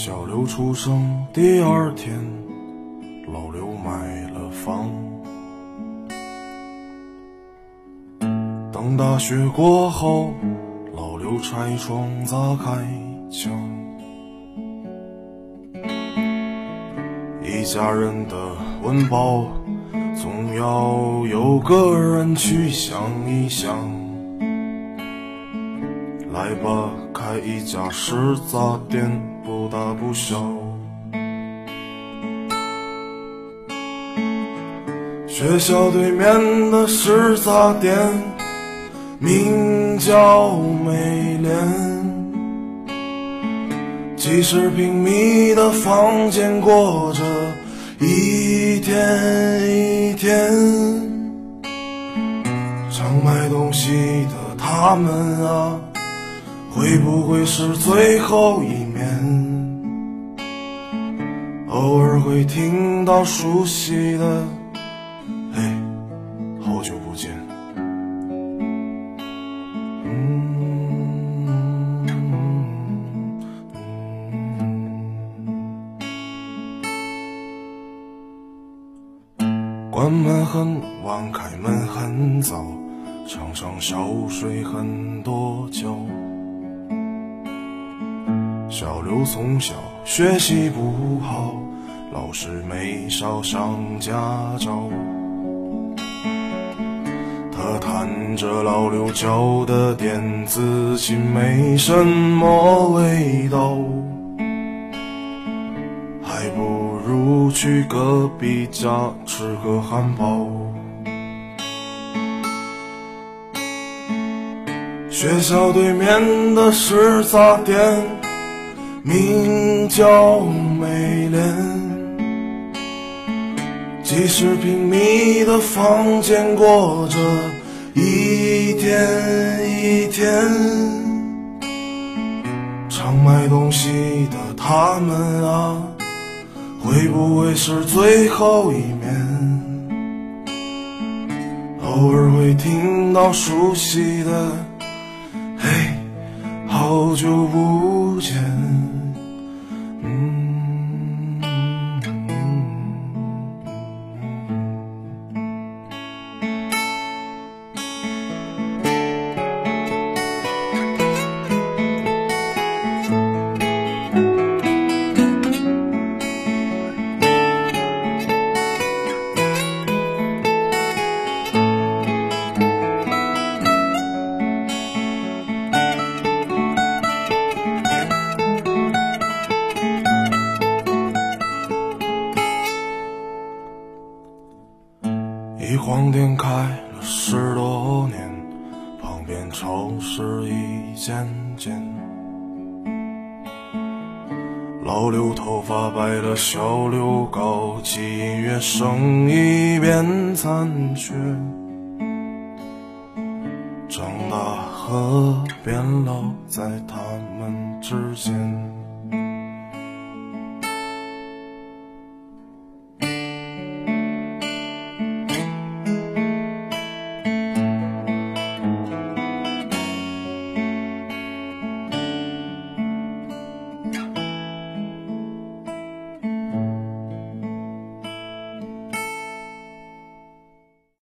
小刘出生第二天，老刘买了房。等大雪过后，老刘拆窗砸开墙。一家人的温饱，总要有个人去想一想。来吧，开一家食杂店，不大不小。学校对面的食杂店名叫美莲，几十平米的房间过着一天一天。常买东西的他们啊，会不会是最后一面？偶尔会听到熟悉的嘿，好久不见。关门很晚，开门很早，常常小睡很多觉。小刘从小学习不好，老师没少上家教。他弹着老刘教的电子琴，没什么味道，还不如去隔壁家吃个汉堡。学校对面的食杂店名叫美莲，几十平米的房间过着一天一天。常买东西的他们啊，会不会是最后一面？偶尔会听到熟悉的嘿，好久不见。一晃店开了10多年，旁边超市一间间。老刘头发白了，小刘高级音乐生意变残缺。长大和变老在他们之间。